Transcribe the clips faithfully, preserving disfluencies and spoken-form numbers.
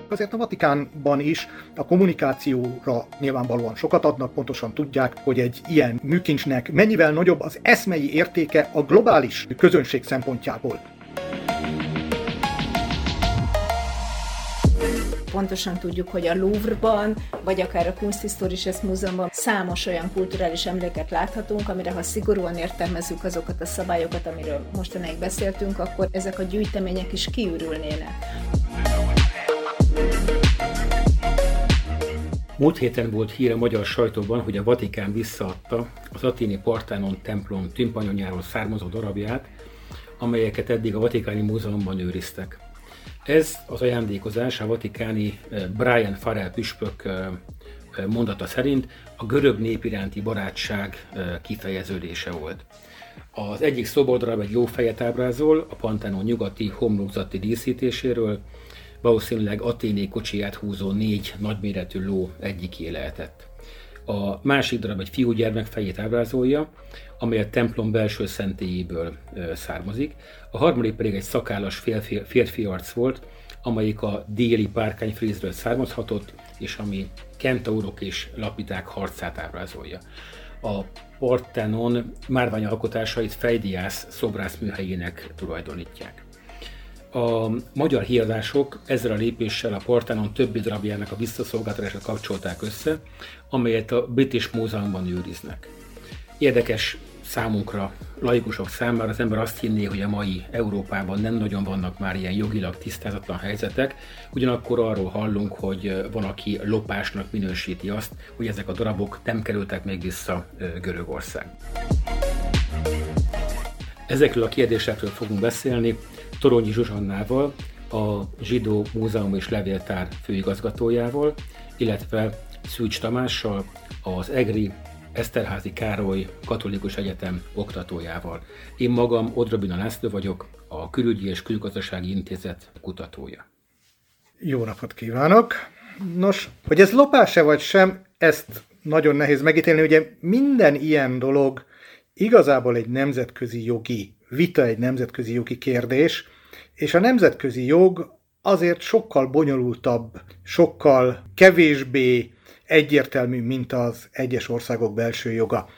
Azért a Vatikánban is a kommunikációra nyilvánvalóan sokat adnak, pontosan tudják, hogy egy ilyen műkincsnek mennyivel nagyobb az eszmei értéke a globális közönség szempontjából. Pontosan tudjuk, hogy a Louvre-ban, vagy akár a Kunsthistorisches Múzeumban számos olyan kulturális emléket láthatunk, amire ha szigorúan értelmezzük azokat a szabályokat, amiről mostanáig beszéltünk, akkor ezek a gyűjtemények is kiürülnének. Múlt héten volt hír a magyar sajtóban, hogy a Vatikán visszaadta az athéni Parthenon templom timpanyonjáról származó darabját, amelyeket eddig a Vatikáni Múzeumban őriztek. Ez az ajándékozás a vatikáni Brian Farrell püspök mondata szerint a görög nép iránti barátság kifejeződése volt. Az egyik szobordarab egy lófejet ábrázol, a Parthenon nyugati homlokzati díszítéséről, valószínűleg athéni kocsiját húzó négy nagyméretű ló egyiké lehetett. A másik darab egy fiúgyermek fejét ábrázolja, amely a templom belső szentélyéből származik. A harmadik pedig egy szakállas férfi, férfi arc volt, amelyik a déli párkányfrízről származhatott, és ami kentaurok és lapiták harcát ábrázolja. A Parthenon márványalkotásait Fejdiász szobrászműhelyének tulajdonítják. A magyar híradások ezzel a lépéssel a Parthenon többi darabjának a visszaszolgáltatásra kapcsolták össze, amelyet a British Múzeumban őriznek. Érdekes számunkra, laikusok számára az ember azt hinné, hogy a mai Európában nem nagyon vannak már ilyen jogilag tisztázatlan helyzetek, ugyanakkor arról hallunk, hogy van, aki lopásnak minősíti azt, hogy ezek a darabok nem kerültek még vissza Görögországba. Ezekről a kérdésekről fogunk beszélni Toronyi Zsuzsannával, a Zsidó Múzeum és Levéltár főigazgatójával, illetve Szűcs Tamással, az egri Eszterházy Károly Katolikus Egyetem oktatójával. Én magam Odrobina László vagyok, a Külügyi és Külgazdasági Intézet kutatója. Jó napot kívánok! Nos, hogy ez lopás-e vagy sem, ezt nagyon nehéz megítélni. Ugye minden ilyen dolog igazából egy nemzetközi jogi vita, egy nemzetközi jogi kérdés, és a nemzetközi jog azért sokkal bonyolultabb, sokkal kevésbé egyértelmű, mint az egyes országok belső joga.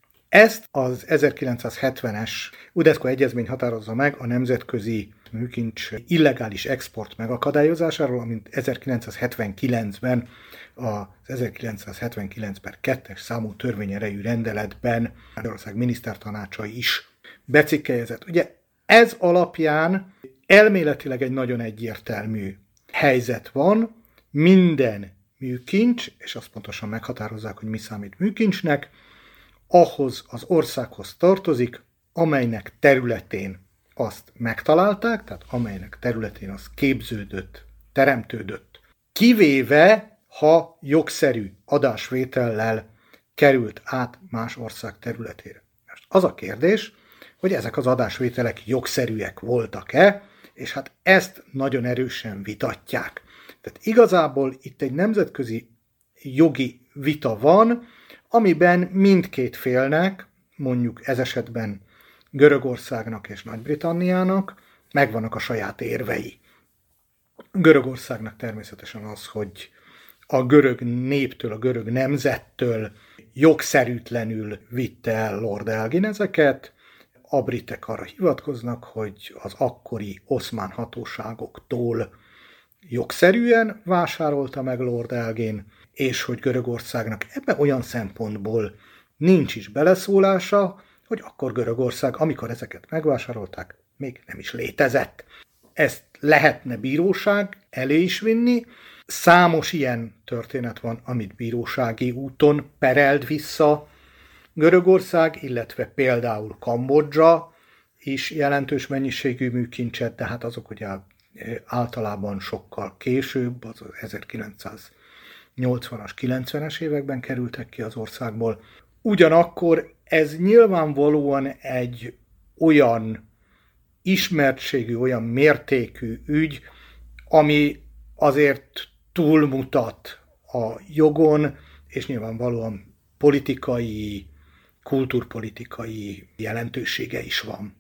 Ezt az ezerkilencszázhetvenes UNESCO egyezmény határozza meg a nemzetközi műkincs illegális export megakadályozásáról, amint ezerkilencszázhetvenkilencben az ezerkilencszázhetvenkilenc per kettes számú törvényerejű rendeletben Magyarország minisztertanácsa is becikkeljezett. Ugye ez alapján elméletileg egy nagyon egyértelmű helyzet van, minden műkincs, és azt pontosan meghatározzák, hogy mi számít műkincsnek, ahhoz az országhoz tartozik, amelynek területén azt megtalálták, tehát amelynek területén az képződött, teremtődött. Kivéve, ha jogszerű adásvétellel került át más ország területére. Most az a kérdés, hogy ezek az adásvételek jogszerűek voltak-e, és hát ezt nagyon erősen vitatják. Tehát igazából itt egy nemzetközi jogi vita van, amiben mindkét félnek, mondjuk ez esetben Görögországnak és Nagy-Britanniának megvannak a saját érvei. Görögországnak természetesen az, hogy a görög néptől, a görög nemzettől jogszerűtlenül vitte el Lord Elgin ezeket, a britek arra hivatkoznak, hogy az akkori oszmán hatóságoktól jogszerűen vásárolta meg Lord Elgin, és hogy Görögországnak ebben olyan szempontból nincs is beleszólása, hogy akkor Görögország, amikor ezeket megvásárolták, még nem is létezett. Ezt lehetne bíróság elé is vinni. Számos ilyen történet van, amit bírósági úton perelt vissza Görögország, illetve például Kambodzsa is jelentős mennyiségű műkincset, de hát azok ugye általában sokkal később, az ezerkilencszáznyolcvanas, kilencvenes években kerültek ki az országból. Ugyanakkor ez nyilvánvalóan egy olyan ismertségű, olyan mértékű ügy, ami azért túlmutat a jogon, és nyilvánvalóan politikai, kulturpolitikai jelentősége is van.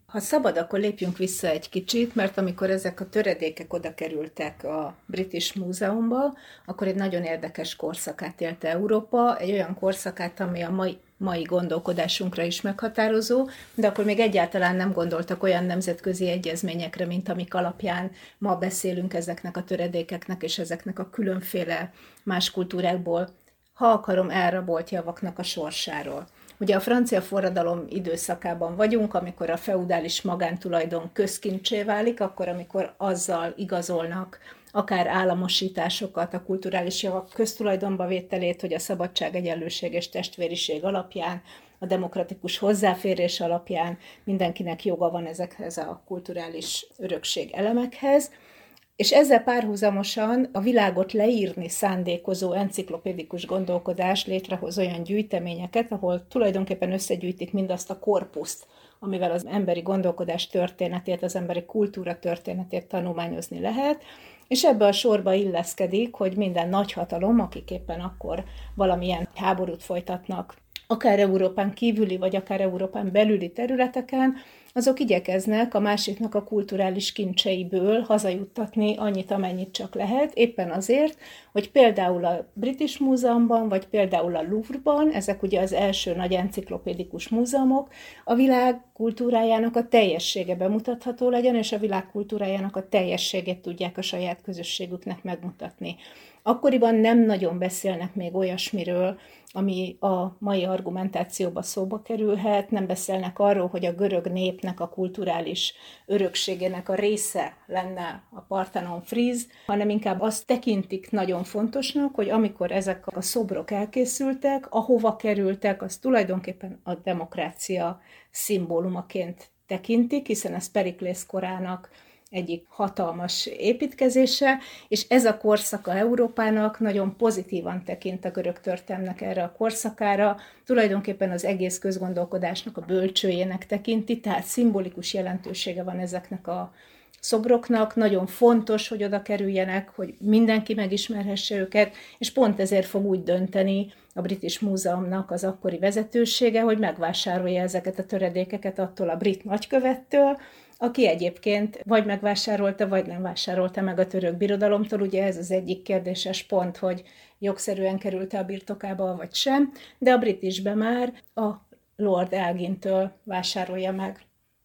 Ha szabad, akkor lépjünk vissza egy kicsit, mert amikor ezek a töredékek oda kerültek a British Múzeumba, akkor egy nagyon érdekes korszakát élte Európa, egy olyan korszakát, ami a mai, mai gondolkodásunkra is meghatározó, de akkor még egyáltalán nem gondoltak olyan nemzetközi egyezményekre, mint amik alapján ma beszélünk ezeknek a töredékeknek és ezeknek a különféle más kultúrákból, ha akarom, elrabolt javaknak a sorsáról. Ugye a francia forradalom időszakában vagyunk, amikor a feudális magántulajdon közkincsé válik, akkor amikor azzal igazolnak akár államosításokat, a kulturális javak köztulajdonba vételét, hogy a szabadság, egyenlőség és testvériség alapján, a demokratikus hozzáférés alapján mindenkinek joga van ezekhez a kulturális örökség elemekhez. És ezzel párhuzamosan a világot leírni szándékozó enciklopédikus gondolkodás létrehoz olyan gyűjteményeket, ahol tulajdonképpen összegyűjtik mindazt a korpuszt, amivel az emberi gondolkodás történetét, az emberi kultúra történetét tanulmányozni lehet, és ebbe a sorba illeszkedik, hogy minden nagyhatalom, akik éppen akkor valamilyen háborút folytatnak, akár Európán kívüli, vagy akár Európán belüli területeken, azok igyekeznek a másiknak a kulturális kincseiből hazajuttatni annyit, amennyit csak lehet, éppen azért, hogy például a British Múzeumban, vagy például a Louvre-ban, ezek ugye az első nagy enciklopédikus múzeumok, a világ kultúrájának a teljessége bemutatható legyen, és a világ kultúrájának a teljességét tudják a saját közösségüknek megmutatni. Akkoriban nem nagyon beszélnek még olyasmiről, ami a mai argumentációba szóba kerülhet, nem beszélnek arról, hogy a görög népnek a kulturális örökségének a része lenne a Parthenon fríz, hanem inkább azt tekintik nagyon fontosnak, hogy amikor ezek a szobrok elkészültek, ahova kerültek, az tulajdonképpen a demokrácia szimbólumaként tekintik, hiszen ez Periklész korának egyik hatalmas építkezése, és ez a korszaka Európának nagyon pozitívan tekint a görög történelmnek erre a korszakára, tulajdonképpen az egész közgondolkodásnak a bölcsőjének tekinti, tehát szimbolikus jelentősége van ezeknek a szobroknak, nagyon fontos, hogy oda kerüljenek, hogy mindenki megismerhesse őket, és pont ezért fog úgy dönteni a British Múzeumnak az akkori vezetősége, hogy megvásárolja ezeket a töredékeket attól a brit nagykövettől, aki egyébként vagy megvásárolta, vagy nem vásárolta meg a török birodalomtól. Ugye ez az egyik kérdéses pont, hogy jogszerűen került-e a birtokába, vagy sem, de a Britishbe már a Lord Elgintől vásárolja meg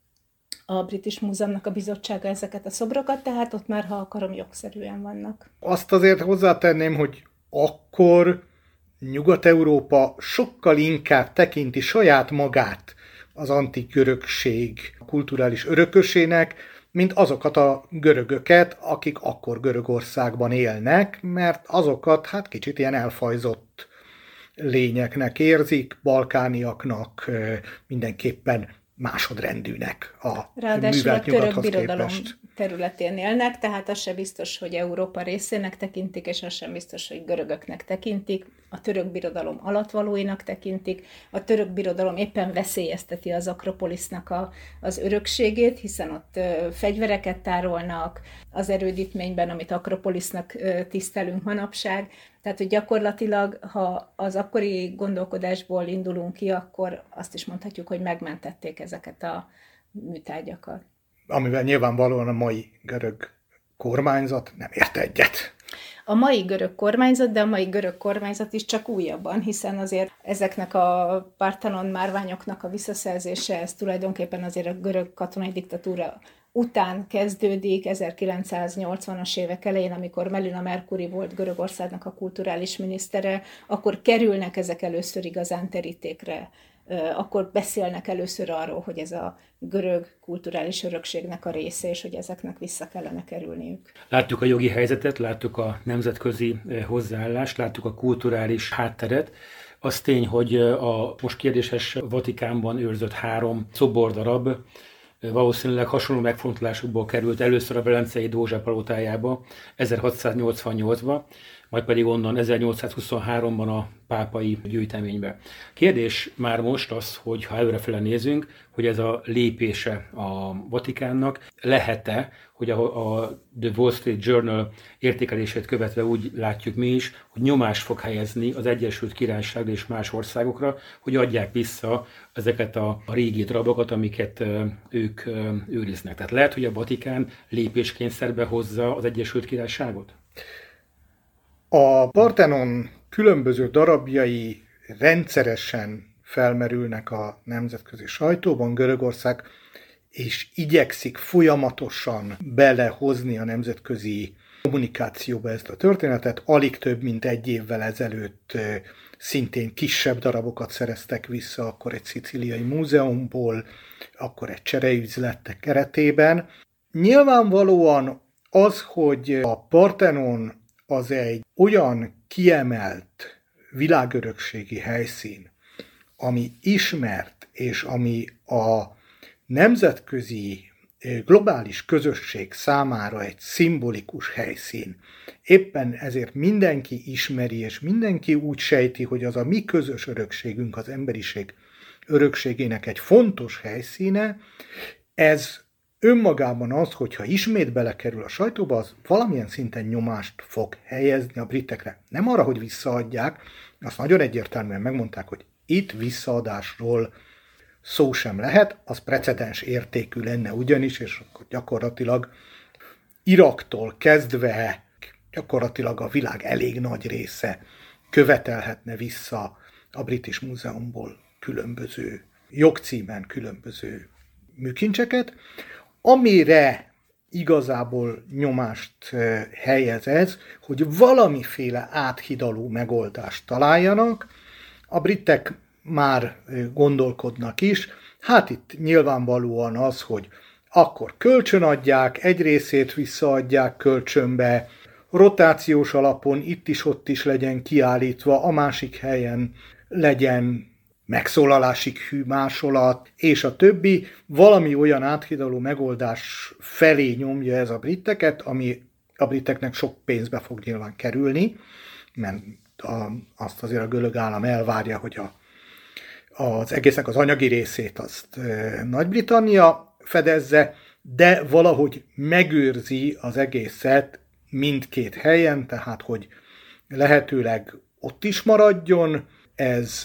a British Múzeumnak a bizottsága ezeket a szobrokat, tehát ott már, ha akarom, jogszerűen vannak. Azt azért hozzátenném, hogy akkor Nyugat-Európa sokkal inkább tekinti saját magát az antik görögség kulturális örökösének, mint azokat a görögöket, akik akkor Görögországban élnek, mert azokat hát kicsit ilyen elfajzott lényeknek érzik, balkániaknak, mindenképpen másodrendűnek a Ráadásul művelt a török nyugathoz birodalom képest. területén élnek, tehát az sem biztos, hogy Európa részének tekintik, és az sem biztos, hogy görögöknek tekintik, a török birodalom alattvalóinak tekintik, a török birodalom éppen veszélyezteti az Akropolisznak a, az örökségét, hiszen ott ö, fegyvereket tárolnak az erődítményben, amit Akropolisznak ö, tisztelünk manapság, tehát, hogy gyakorlatilag, ha az akkori gondolkodásból indulunk ki, akkor azt is mondhatjuk, hogy megmentették ezeket a műtárgyakat. Amivel nyilvánvalóan a mai görög kormányzat nem ért egyet. A mai görög kormányzat, de a mai görög kormányzat is csak újabban, hiszen azért ezeknek a Parthenon márványoknak a visszaszerzése, ez tulajdonképpen azért a görög katonai diktatúra után kezdődik, ezerkilencszáznyolcvanas évek elején, amikor Melina Mercouri volt Görögországnak a kulturális minisztere, akkor kerülnek ezek először igazán terítékre. Akkor beszélnek először arról, hogy ez a görög kulturális örökségnek a része, és hogy ezeknek vissza kellene kerülniük. Láttuk a jogi helyzetet, láttuk a nemzetközi hozzáállást, láttuk a kulturális hátteret. Az tény, hogy a most kérdéses Vatikánban őrzött három szobordarab valószínűleg hasonló megfontolásokból került először a Velencei Dózsa palotájába ezerhatszáznyolcvannyolcban, majd pedig onnan ezernyolcszázhuszonháromban a pápai gyűjteménybe. Kérdés már most az, hogy ha előrefele nézünk, hogy ez a lépése a Vatikánnak lehet-e, hogy a, a The Wall Street Journal értékelését követve úgy látjuk mi is, hogy nyomást fog helyezni az Egyesült Királyságra és más országokra, hogy adják vissza ezeket a, a régi darabokat, amiket ők őriznek. Tehát lehet, hogy a Vatikán lépéskényszerbe hozza az Egyesült Királyságot? A Parthenon különböző darabjai rendszeresen felmerülnek a nemzetközi sajtóban. Görögország és igyekszik folyamatosan belehozni a nemzetközi kommunikációba ezt a történetet. Alig több, mint egy évvel ezelőtt szintén kisebb darabokat szereztek vissza, akkor egy szicíliai múzeumból, akkor egy csereüzletek keretében. Nyilvánvalóan az, hogy a Parthenon az egy olyan kiemelt világörökségi helyszín, ami ismert, és ami a nemzetközi globális közösség számára egy szimbolikus helyszín. Éppen ezért mindenki ismeri, és mindenki úgy sejti, hogy az a mi közös örökségünk, az emberiség örökségének egy fontos helyszíne. Ez önmagában az, hogyha ismét belekerül a sajtóba, az valamilyen szinten nyomást fog helyezni a britekre. Nem arra, hogy visszaadják, azt nagyon egyértelműen megmondták, hogy itt visszaadásról szó sem lehet, az precedens értékű lenne ugyanis, és akkor gyakorlatilag Iraktól kezdve gyakorlatilag a világ elég nagy része követelhetne vissza a British Múzeumból különböző jogcímen különböző műkincseket, amire igazából nyomást helyez ez, hogy valamiféle áthidaló megoldást találjanak. A britek már gondolkodnak is, hát itt nyilvánvalóan az, hogy akkor kölcsönadják, egy részét visszaadják kölcsönbe, rotációs alapon itt is ott is legyen kiállítva, a másik helyen legyen megszólalási hű másolat, és a többi. Valami olyan áthidaló megoldás felé nyomja ez a briteket, ami a briteknek sok pénzbe fog nyilván kerülni, mert a, azt azért a görög állam elvárja, hogy a, az egésznek az anyagi részét azt e, Nagy-Britannia fedezze, de valahogy megőrzi az egészet mindkét helyen, tehát hogy lehetőleg ott is maradjon, ez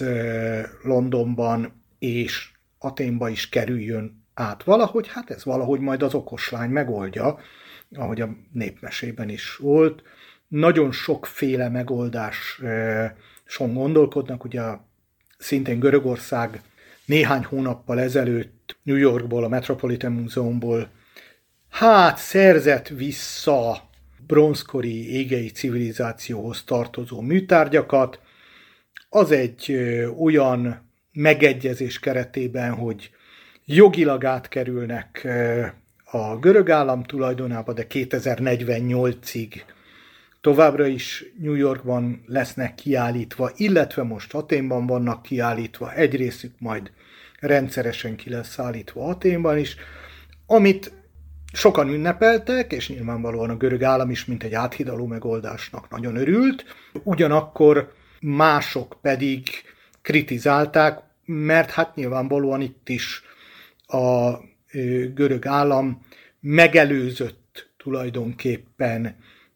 Londonban és Athénba is kerüljön át valahogy, hát ez valahogy majd az okoslány megoldja, ahogy a népmesében is volt. Nagyon sokféle megoldáson gondolkodnak, ugye szintén Görögország néhány hónappal ezelőtt New Yorkból, a Metropolitan Múzeumból hát szerzett vissza bronzkori égei civilizációhoz tartozó műtárgyakat. Az egy ö, olyan megegyezés keretében, hogy jogilag átkerülnek ö, a görög állam tulajdonába, de kétezer-negyvennyolcig továbbra is New Yorkban lesznek kiállítva, illetve most Athénban vannak kiállítva, egy részük majd rendszeresen ki lesz állítva Athénban is, amit sokan ünnepeltek, és nyilvánvalóan a görög állam is, mint egy áthidaló megoldásnak nagyon örült, ugyanakkor mások pedig kritizálták, mert hát nyilvánvalóan itt is a görög állam megelőzött tulajdonképpen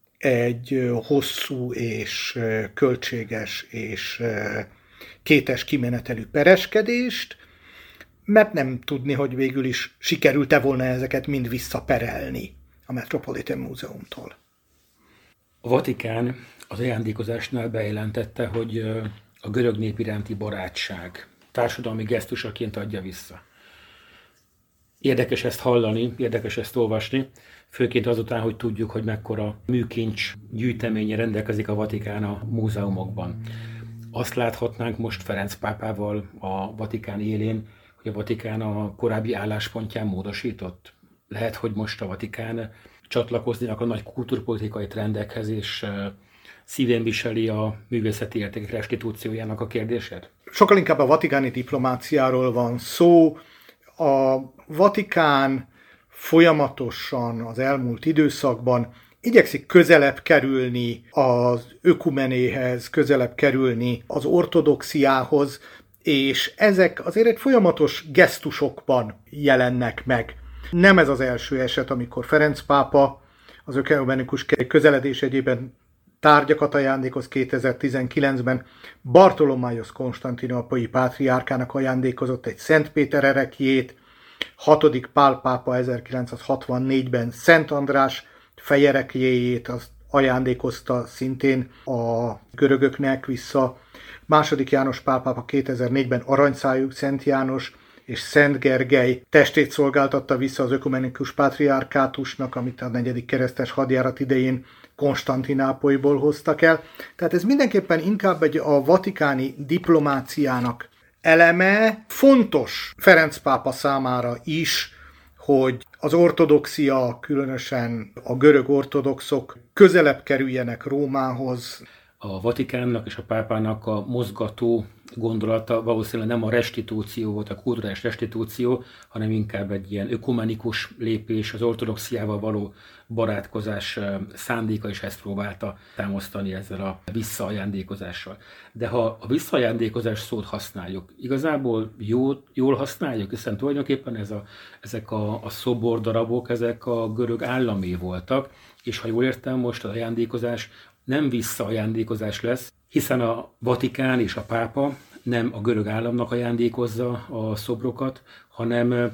egy hosszú és költséges és kétes kimenetelű pereskedést, mert nem tudni, hogy végül is sikerült-e volna ezeket mind visszaperelni a Metropolitan Múzeumtól. A Vatikán az ajándékozásnál bejelentette, hogy a görög nép iránti barátság társadalmi gesztusaként adja vissza. Érdekes ezt hallani, érdekes ezt olvasni, főként azután, hogy tudjuk, hogy mekkora műkincs gyűjteménye rendelkezik a Vatikán a múzeumokban. Azt láthatnánk most Ferenc pápával a Vatikán élén, hogy a Vatikán a korábbi álláspontján módosított. Lehet, hogy most a Vatikán csatlakoznak a nagy kultúrpolitikai trendekhez, és szívén viseli a művészeti értékek restitúciójának a kérdését? Sokkal inkább a vatikáni diplomáciáról van szó. A Vatikán folyamatosan az elmúlt időszakban igyekszik közelebb kerülni az ökumenéhez, közelebb kerülni az ortodoxiához, és ezek azért egy folyamatos gesztusokban jelennek meg. Nem ez az első eset, amikor Ferenc pápa az ökumenikus közeledés egyében tárgyakat ajándékoz. kétezer-tizenkilencben Bartolomájosz konstantinopolyi pátriárkának ajándékozott egy Szent Péter ereklyét, hatodik Pál pápa ezerkilencszázhatvannégyben Szent András fejereklyéjét azt ajándékozta szintén a görögöknek vissza. Második János Pál pápa kétezer-négyben aranyszájú Szent János és Szent Gergely testét szolgáltatta vissza az ökumenikus pátriárkátusnak, amit a negyedik keresztes hadjárat idején Konstantinápolyból hoztak el. Tehát ez mindenképpen inkább egy a vatikáni diplomáciának eleme. Fontos Ferenc pápa számára is, hogy az ortodoxia, különösen a görög ortodoxok közelebb kerüljenek Rómához. A Vatikánnak és a pápának a mozgató gondolata valószínűleg nem a restitúció volt, a kulturális restitúció, hanem inkább egy ilyen ökumenikus lépés, az ortodoxiával való barátkozás szándéka, és ezt próbálta támasztani ezzel a visszaajándékozással. De ha a visszaajándékozás szót használjuk, igazából jól, jól használjuk, hiszen tulajdonképpen ez a, ezek a, a szobordarabok, ezek a görög államé voltak, és ha jól értem, most az ajándékozás nem visszaajándékozás lesz, hiszen a Vatikán és a pápa nem a görög államnak ajándékozza a szobrokat, hanem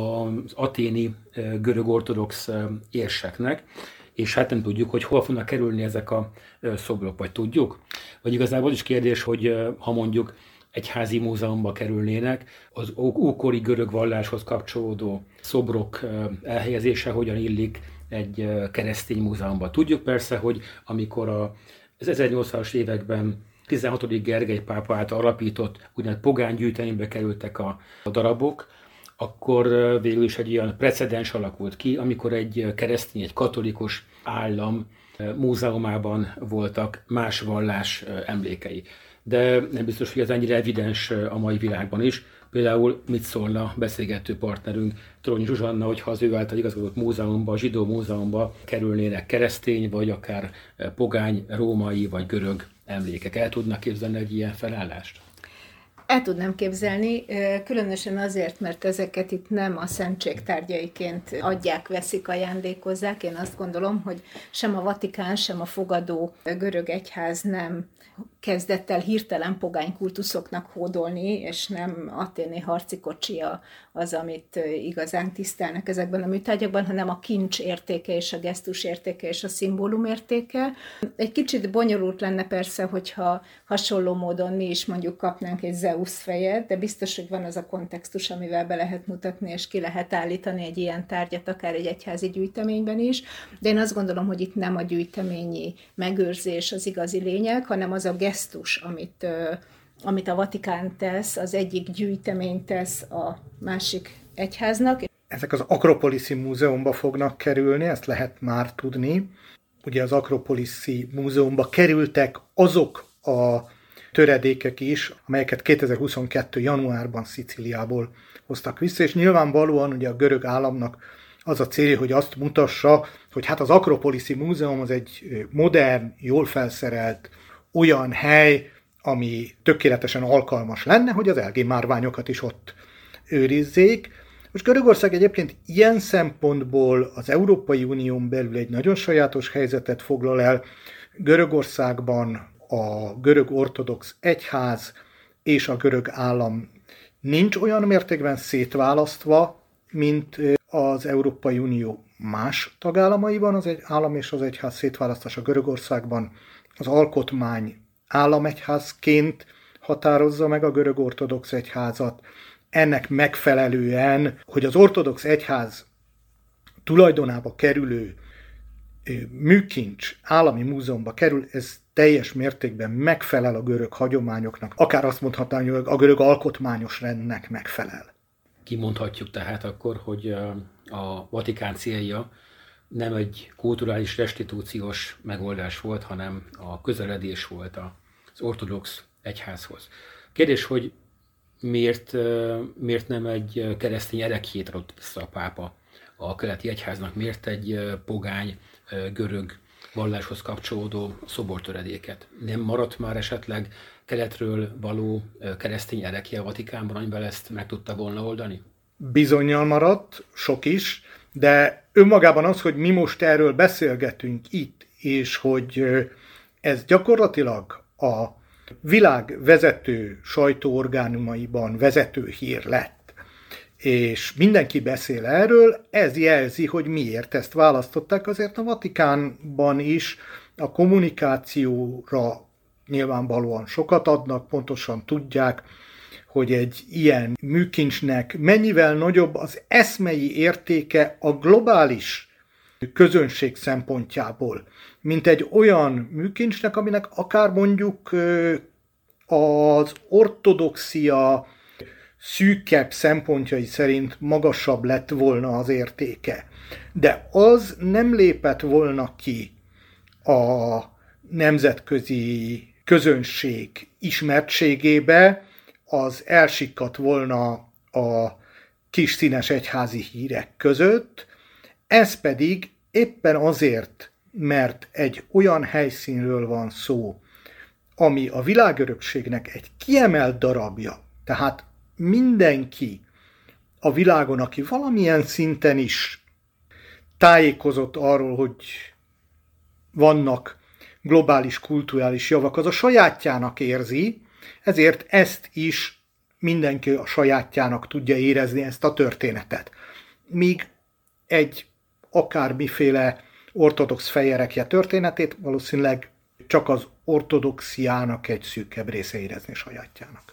az aténi görög ortodox érseknek, és hát nem tudjuk, hogy hol fognak kerülni ezek a szobrok, vagy tudjuk? Vagy igazából is kérdés, hogy ha mondjuk egyházi múzeumba kerülnének, az ókori görög valláshoz kapcsolódó szobrok elhelyezése hogyan illik egy keresztény múzeumban. Tudjuk persze, hogy amikor az ezernyolcvanas években tizenhatodik Gergely pápa által alapított úgynevezett pogány gyűjteménybe kerültek a, a darabok, akkor végül is egy olyan precedens alakult ki, amikor egy keresztény, egy katolikus állam múzeumában voltak más vallás emlékei. De nem biztos, hogy ez ennyire evidens a mai világban is. Például mit szólna beszélgető partnerünk Trónyi Zsuzsanna, hogyha az ő által igazgatott múzeumba, a zsidó múzeumba kerülnének keresztény, vagy akár pogány, római vagy görög emlékek. El tudnak képzelni egy ilyen felállást? El tudnám képzelni, különösen azért, mert ezeket itt nem a szentség tárgyaiként adják, veszik, ajándékozzák. Én azt gondolom, hogy sem a Vatikán, sem a fogadó görög egyház nem kezdett el hirtelen pogány kultuszoknak hódolni, és nem athéni harci kocsia az, amit igazán tisztelnek ezekben a műtárgyakban, hanem a kincs értéke és a gesztus értéke és a szimbólum értéke. Egy kicsit bonyolult lenne persze, hogyha hasonló módon mi is mondjuk kapnánk egy Zeus fejet, de biztos, hogy van az a kontextus, amivel be lehet mutatni, és ki lehet állítani egy ilyen tárgyat, akár egy egyházi gyűjteményben is. De én azt gondolom, hogy itt nem a gyűjteményi megőrzés az igazi lényeg, hanem az a gesztus, amit, amit a Vatikán tesz, az egyik gyűjtemény tesz a másik egyháznak. Ezek az Akropoliszi Múzeumba fognak kerülni, ezt lehet már tudni. Ugye az Akropoliszi Múzeumba kerültek azok a töredékek is, amelyeket kétezer-huszonkettő. januárban Szicíliából hoztak vissza, és nyilvánvalóan ugye a görög államnak az a célja, hogy azt mutassa, hogy hát az Akropoliszi Múzeum az egy modern, jól felszerelt olyan hely, ami tökéletesen alkalmas lenne, hogy az elgén márványokat is ott őrizzék. Most Görögország egyébként ilyen szempontból az Európai Unión belül egy nagyon sajátos helyzetet foglal el. Görögországban a görög ortodox egyház és a görög állam nincs olyan mértékben szétválasztva, mint az Európai Unió más tagállamaiban. Az egy állam és az egyház szétválasztása Görögországban az alkotmány államegyházként határozza meg a görög ortodox egyházat. Ennek megfelelően, hogy az ortodox egyház tulajdonába kerülő műkincs állami múzeumba kerül, ez teljes mértékben megfelel a görög hagyományoknak, akár azt mondhatnám, hogy a görög alkotmányos rendnek megfelel. Kimondhatjuk tehát akkor, hogy a Vatikán célja nem egy kulturális restitúciós megoldás volt, hanem a közeledés volt az ortodox egyházhoz. Kérdés, hogy miért, miért nem egy keresztény ereklyét adott vissza a pápa a keleti egyháznak miért egy pogány, görög valláshoz kapcsolódó szobortöredéket. Nem maradt már esetleg keletről való keresztény erekje a Vatikánban, amivel ezt meg tudta volna oldani? Bizonnyal maradt, sok is, de önmagában az, hogy mi most erről beszélgetünk itt, és hogy ez gyakorlatilag a világ vezető sajtóorgánumaiban vezető hír lett, és mindenki beszél erről, ez jelzi, hogy miért ezt választották. Azért a Vatikánban is a kommunikációra nyilvánvalóan sokat adnak, pontosan tudják, hogy egy ilyen műkincsnek mennyivel nagyobb az eszmei értéke a globális közönség szempontjából, mint egy olyan műkincsnek, aminek akár mondjuk az ortodoxia szűkebb szempontjai szerint magasabb lett volna az értéke. De az nem lépett volna ki a nemzetközi közönség ismertségébe, az elsikkadt volna a kis színes egyházi hírek között, ez pedig éppen azért, mert egy olyan helyszínről van szó, ami a világörökségnek egy kiemelt darabja, tehát mindenki a világon, aki valamilyen szinten is tájékozott arról, hogy vannak globális kulturális javak, az a sajátjának érzi, ezért ezt is mindenki a sajátjának tudja érezni, ezt a történetet. Míg egy akármiféle ortodox fejerekje történetét valószínűleg csak az ortodoxiának egy szűkebb része érezni sajátjának.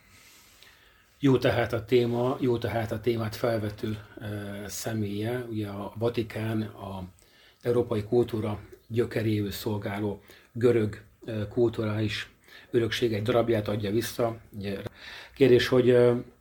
Jó tehát a téma, jó tehát a témát felvető e, személye, ugye a Vatikán, a európai kultúra gyökeréül szolgáló görög e, kulturális örökség egy darabját adja vissza. Kérdés, hogy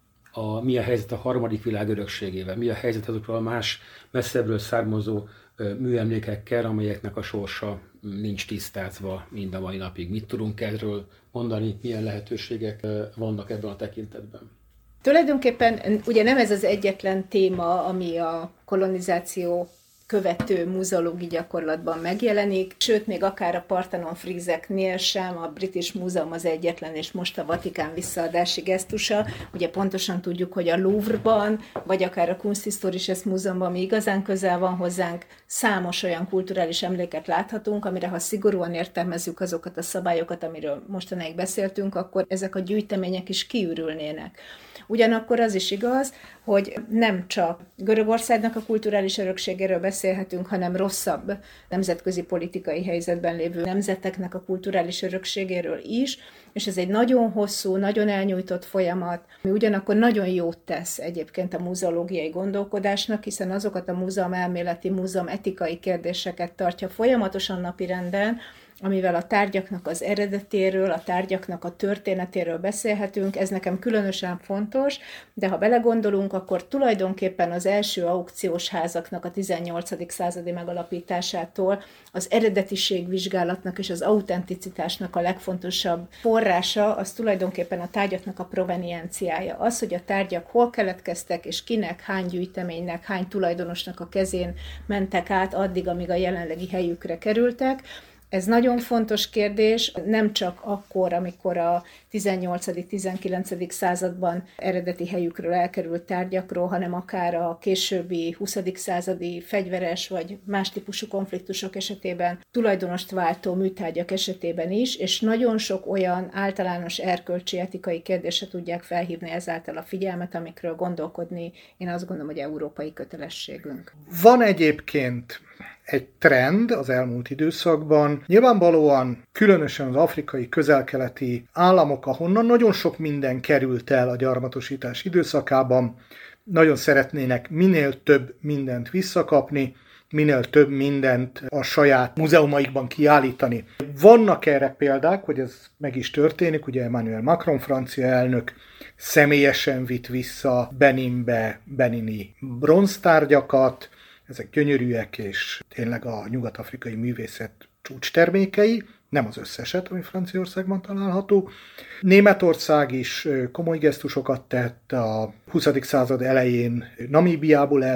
a, mi a helyzet a harmadik világ örökségével, mi a helyzet azokkal a más messzebbről származó műemlékekkel, amelyeknek a sorsa nincs tisztázva mind a mai napig. Mit tudunk erről mondani, milyen lehetőségek vannak ebben a tekintetben? Tulajdonképpen ugye nem ez az egyetlen téma, ami a kolonizáció követő muzeológiai gyakorlatban megjelenik, sőt, még akár a Parthenon frízeknél sem, a British Museum az egyetlen, és most a Vatikán visszaadási gesztusa. Ugye pontosan tudjuk, hogy a Louvre-ban, vagy akár a Kunsthistorisches Museumban, ami igazán közel van hozzánk, számos olyan kulturális emléket láthatunk, amire ha szigorúan értelmezzük azokat a szabályokat, amiről mostanáig beszéltünk, akkor ezek a gyűjtemények is kiürülnének. Ugyanakkor az is igaz, hogy nem csak Görögországnak a kulturális örökségéről beszélhetünk, hanem rosszabb nemzetközi politikai helyzetben lévő nemzeteknek a kulturális örökségéről is, és ez egy nagyon hosszú, nagyon elnyújtott folyamat, ami ugyanakkor nagyon jót tesz egyébként a muzeológiai gondolkodásnak, hiszen azokat a múzeumelméleti, múzeumetikai kérdéseket tartja folyamatosan napirenden, amivel a tárgyaknak az eredetéről, a tárgyaknak a történetéről beszélhetünk, ez nekem különösen fontos, de ha belegondolunk, akkor tulajdonképpen az első aukciós házaknak a tizennyolcadik századi megalapításától az eredetiség vizsgálatnak és az autenticitásnak a legfontosabb forrása, az tulajdonképpen a tárgyaknak a provenienciája. Az, hogy a tárgyak hol keletkeztek, és kinek, hány gyűjteménynek, hány tulajdonosnak a kezén mentek át addig, amíg a jelenlegi helyükre kerültek. Ez nagyon fontos kérdés, nem csak akkor, amikor a tizennyolcadik-tizenkilencedik században eredeti helyükről elkerült tárgyakról, hanem akár a későbbi huszadik századi fegyveres vagy más típusú konfliktusok esetében, tulajdonost váltó műtárgyak esetében is, és nagyon sok olyan általános erkölcsi etikai kérdésre tudják felhívni ezáltal a figyelmet, amikről gondolkodni, én azt gondolom, hogy európai kötelességünk. Van egyébként egy trend az elmúlt időszakban. Nyilvánvalóan különösen az afrikai, közel-keleti államok, ahonnan nagyon sok minden került el a gyarmatosítás időszakában, nagyon szeretnének minél több mindent visszakapni, minél több mindent a saját múzeumaikban kiállítani. Vannak erre példák, hogy ez meg is történik, ugye Emmanuel Macron francia elnök személyesen vitt vissza Beninbe benini bronztárgyakat, ezek gyönyörűek, és tényleg a nyugat-afrikai művészet csúcstermékei, nem az összeset, ami Franciaországban található. Németország is komoly gesztusokat tett, a huszadik század elején Namíbiából elvitt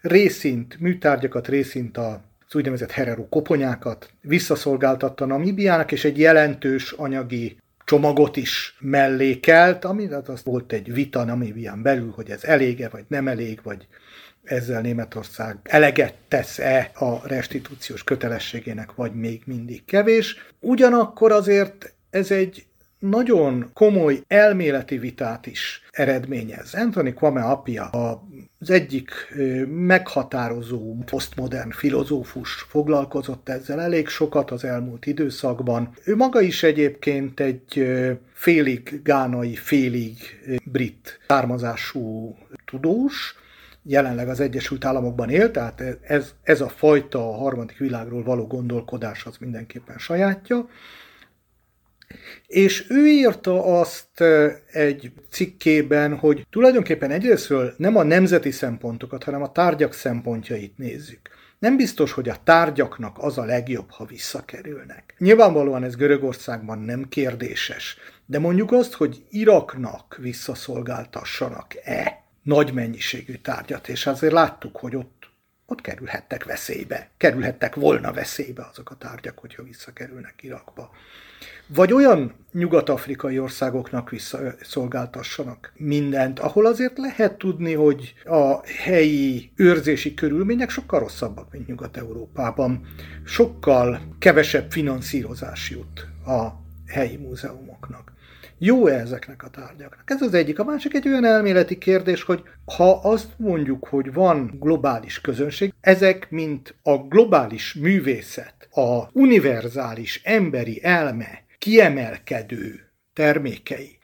részint műtárgyakat, részint a az úgynevezett herero koponyákat visszaszolgáltatta Namíbiának, és egy jelentős anyagi csomagot is mellékelt, ami az volt egy vita Namíbián belül, hogy ez elége, vagy nem elég, vagy ezzel Németország eleget tesz-e a restitúciós kötelességének, vagy még mindig kevés. Ugyanakkor azért ez egy nagyon komoly elméleti vitát is eredményez. Anthony Kwame Appiah, az egyik meghatározó posztmodern filozófus foglalkozott ezzel elég sokat az elmúlt időszakban. Ő maga is egyébként egy félig gánai, félig brit származású tudós, jelenleg az Egyesült Államokban él, tehát ez, ez a fajta a harmadik világról való gondolkodás az mindenképpen sajátja. És ő írta azt egy cikkében, hogy tulajdonképpen egyrésztről nem a nemzeti szempontokat, hanem a tárgyak szempontjait nézzük. Nem biztos, hogy a tárgyaknak az a legjobb, ha visszakerülnek. Nyilvánvalóan ez Görögországban nem kérdéses, de mondjuk azt, hogy Iraknak visszaszolgáltassanak-e nagy mennyiségű tárgyat, és azért láttuk, hogy ott, ott kerülhettek veszélybe, kerülhettek volna veszélybe azok a tárgyak, hogyha visszakerülnek Irakba. Vagy olyan nyugat-afrikai országoknak visszaszolgáltassanak mindent, ahol azért lehet tudni, hogy a helyi őrzési körülmények sokkal rosszabbak, mint Nyugat-Európában. Sokkal kevesebb finanszírozás jut a helyi múzeumoknak. Jó-e ezeknek a tárgyaknak? Ez az egyik. A másik egy olyan elméleti kérdés, hogy ha azt mondjuk, hogy van globális közönség, ezek, mint a globális művészet, a univerzális emberi elme kiemelkedő termékei,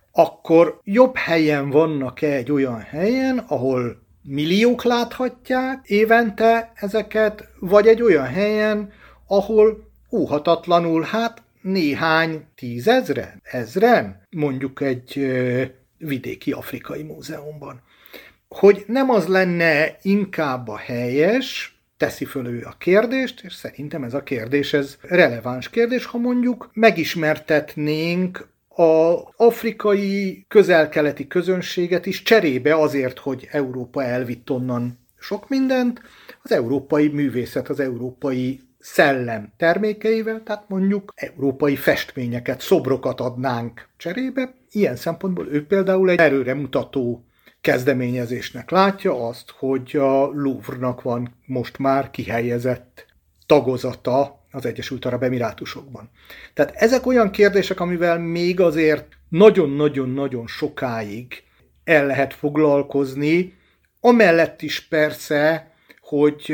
akkor jobb helyen vannak-e egy olyan helyen, ahol milliók láthatják évente ezeket, vagy egy olyan helyen, ahol óhatatlanul, hát néhány tízezren, ezren, mondjuk egy ö, vidéki afrikai múzeumban. Hogy nem az lenne inkább a helyes, teszi föl ő a kérdést, és szerintem ez a kérdés, ez releváns kérdés, ha mondjuk megismertetnénk az afrikai közel-keleti közönséget is cserébe azért, hogy Európa elvitt onnan sok mindent, az európai művészet, az európai szellem termékeivel, tehát mondjuk európai festményeket, szobrokat adnánk cserébe. Ilyen szempontból ő például egy erőre mutató kezdeményezésnek látja azt, hogy a Louvre-nak van most már kihelyezett tagozata az Egyesült Arab Emirátusokban. Tehát ezek olyan kérdések, amivel még azért nagyon-nagyon-nagyon sokáig el lehet foglalkozni, amellett is persze, hogy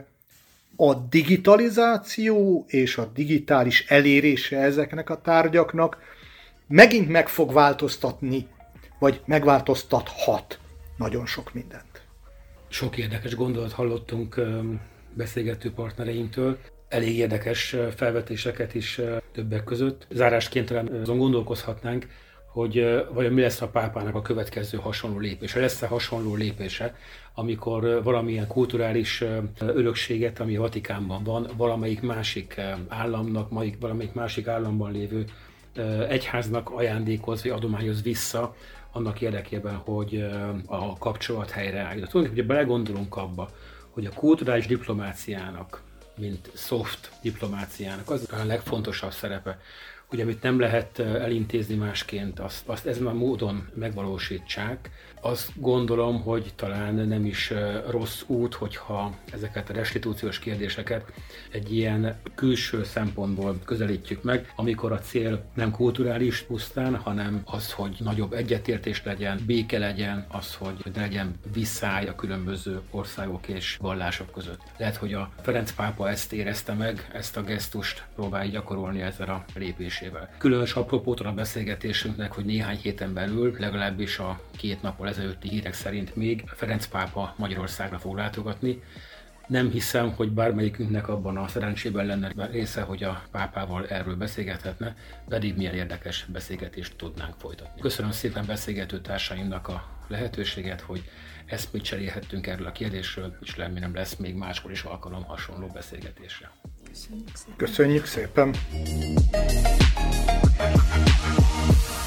a digitalizáció és a digitális elérése ezeknek a tárgyaknak megint meg fog változtatni, vagy megváltoztathat nagyon sok mindent. Sok érdekes gondolat hallottunk beszélgető partnereimtől, elég érdekes felvetéseket is többek között. Zárásként talán azon gondolkozhatnánk, hogy vajon mi lesz a pápának a következő hasonló lépése. Lesz-e hasonló lépése, amikor valamilyen kulturális örökséget, ami a Vatikánban van, valamelyik másik államnak, valamelyik másik államban lévő egyháznak ajándékoz, vagy adományoz vissza, annak érdekében, hogy a kapcsolat helyreálljon. Tulajdonképpen, hogyha belegondolunk abba, hogy a kulturális diplomáciának, mint soft diplomáciának az a legfontosabb szerepe, hogy amit nem lehet elintézni másként, azt, azt ezen a módon megvalósítsák. Azt gondolom, hogy talán nem is rossz út, hogyha ezeket a restitúciós kérdéseket egy ilyen külső szempontból közelítjük meg, amikor a cél nem kulturális pusztán, hanem az, hogy nagyobb egyetértés legyen, béke legyen, az, hogy ne legyen visszály a különböző országok és vallások között. Lehet, hogy a Ferenc pápa ezt érezte meg, ezt a gesztust próbálja gyakorolni ezzel a lépésével. Különös apropótól a beszélgetésünknek, hogy néhány héten belül, legalábbis a két nappal ezelőtti hírek szerint még Ferenc pápa Magyarországra fog látogatni. Nem hiszem, hogy bármelyikünknek abban a szerencsében lenne része, hogy a pápával erről beszélgethetne, pedig milyen érdekes beszélgetést tudnánk folytatni. Köszönöm szépen beszélgető társaimnak a lehetőséget, hogy eszmét cserélhettünk erről a kérdésről, és remélem lesz még máskor is alkalom hasonló beszélgetésre. Köszönjük szépen! Köszönjük szépen.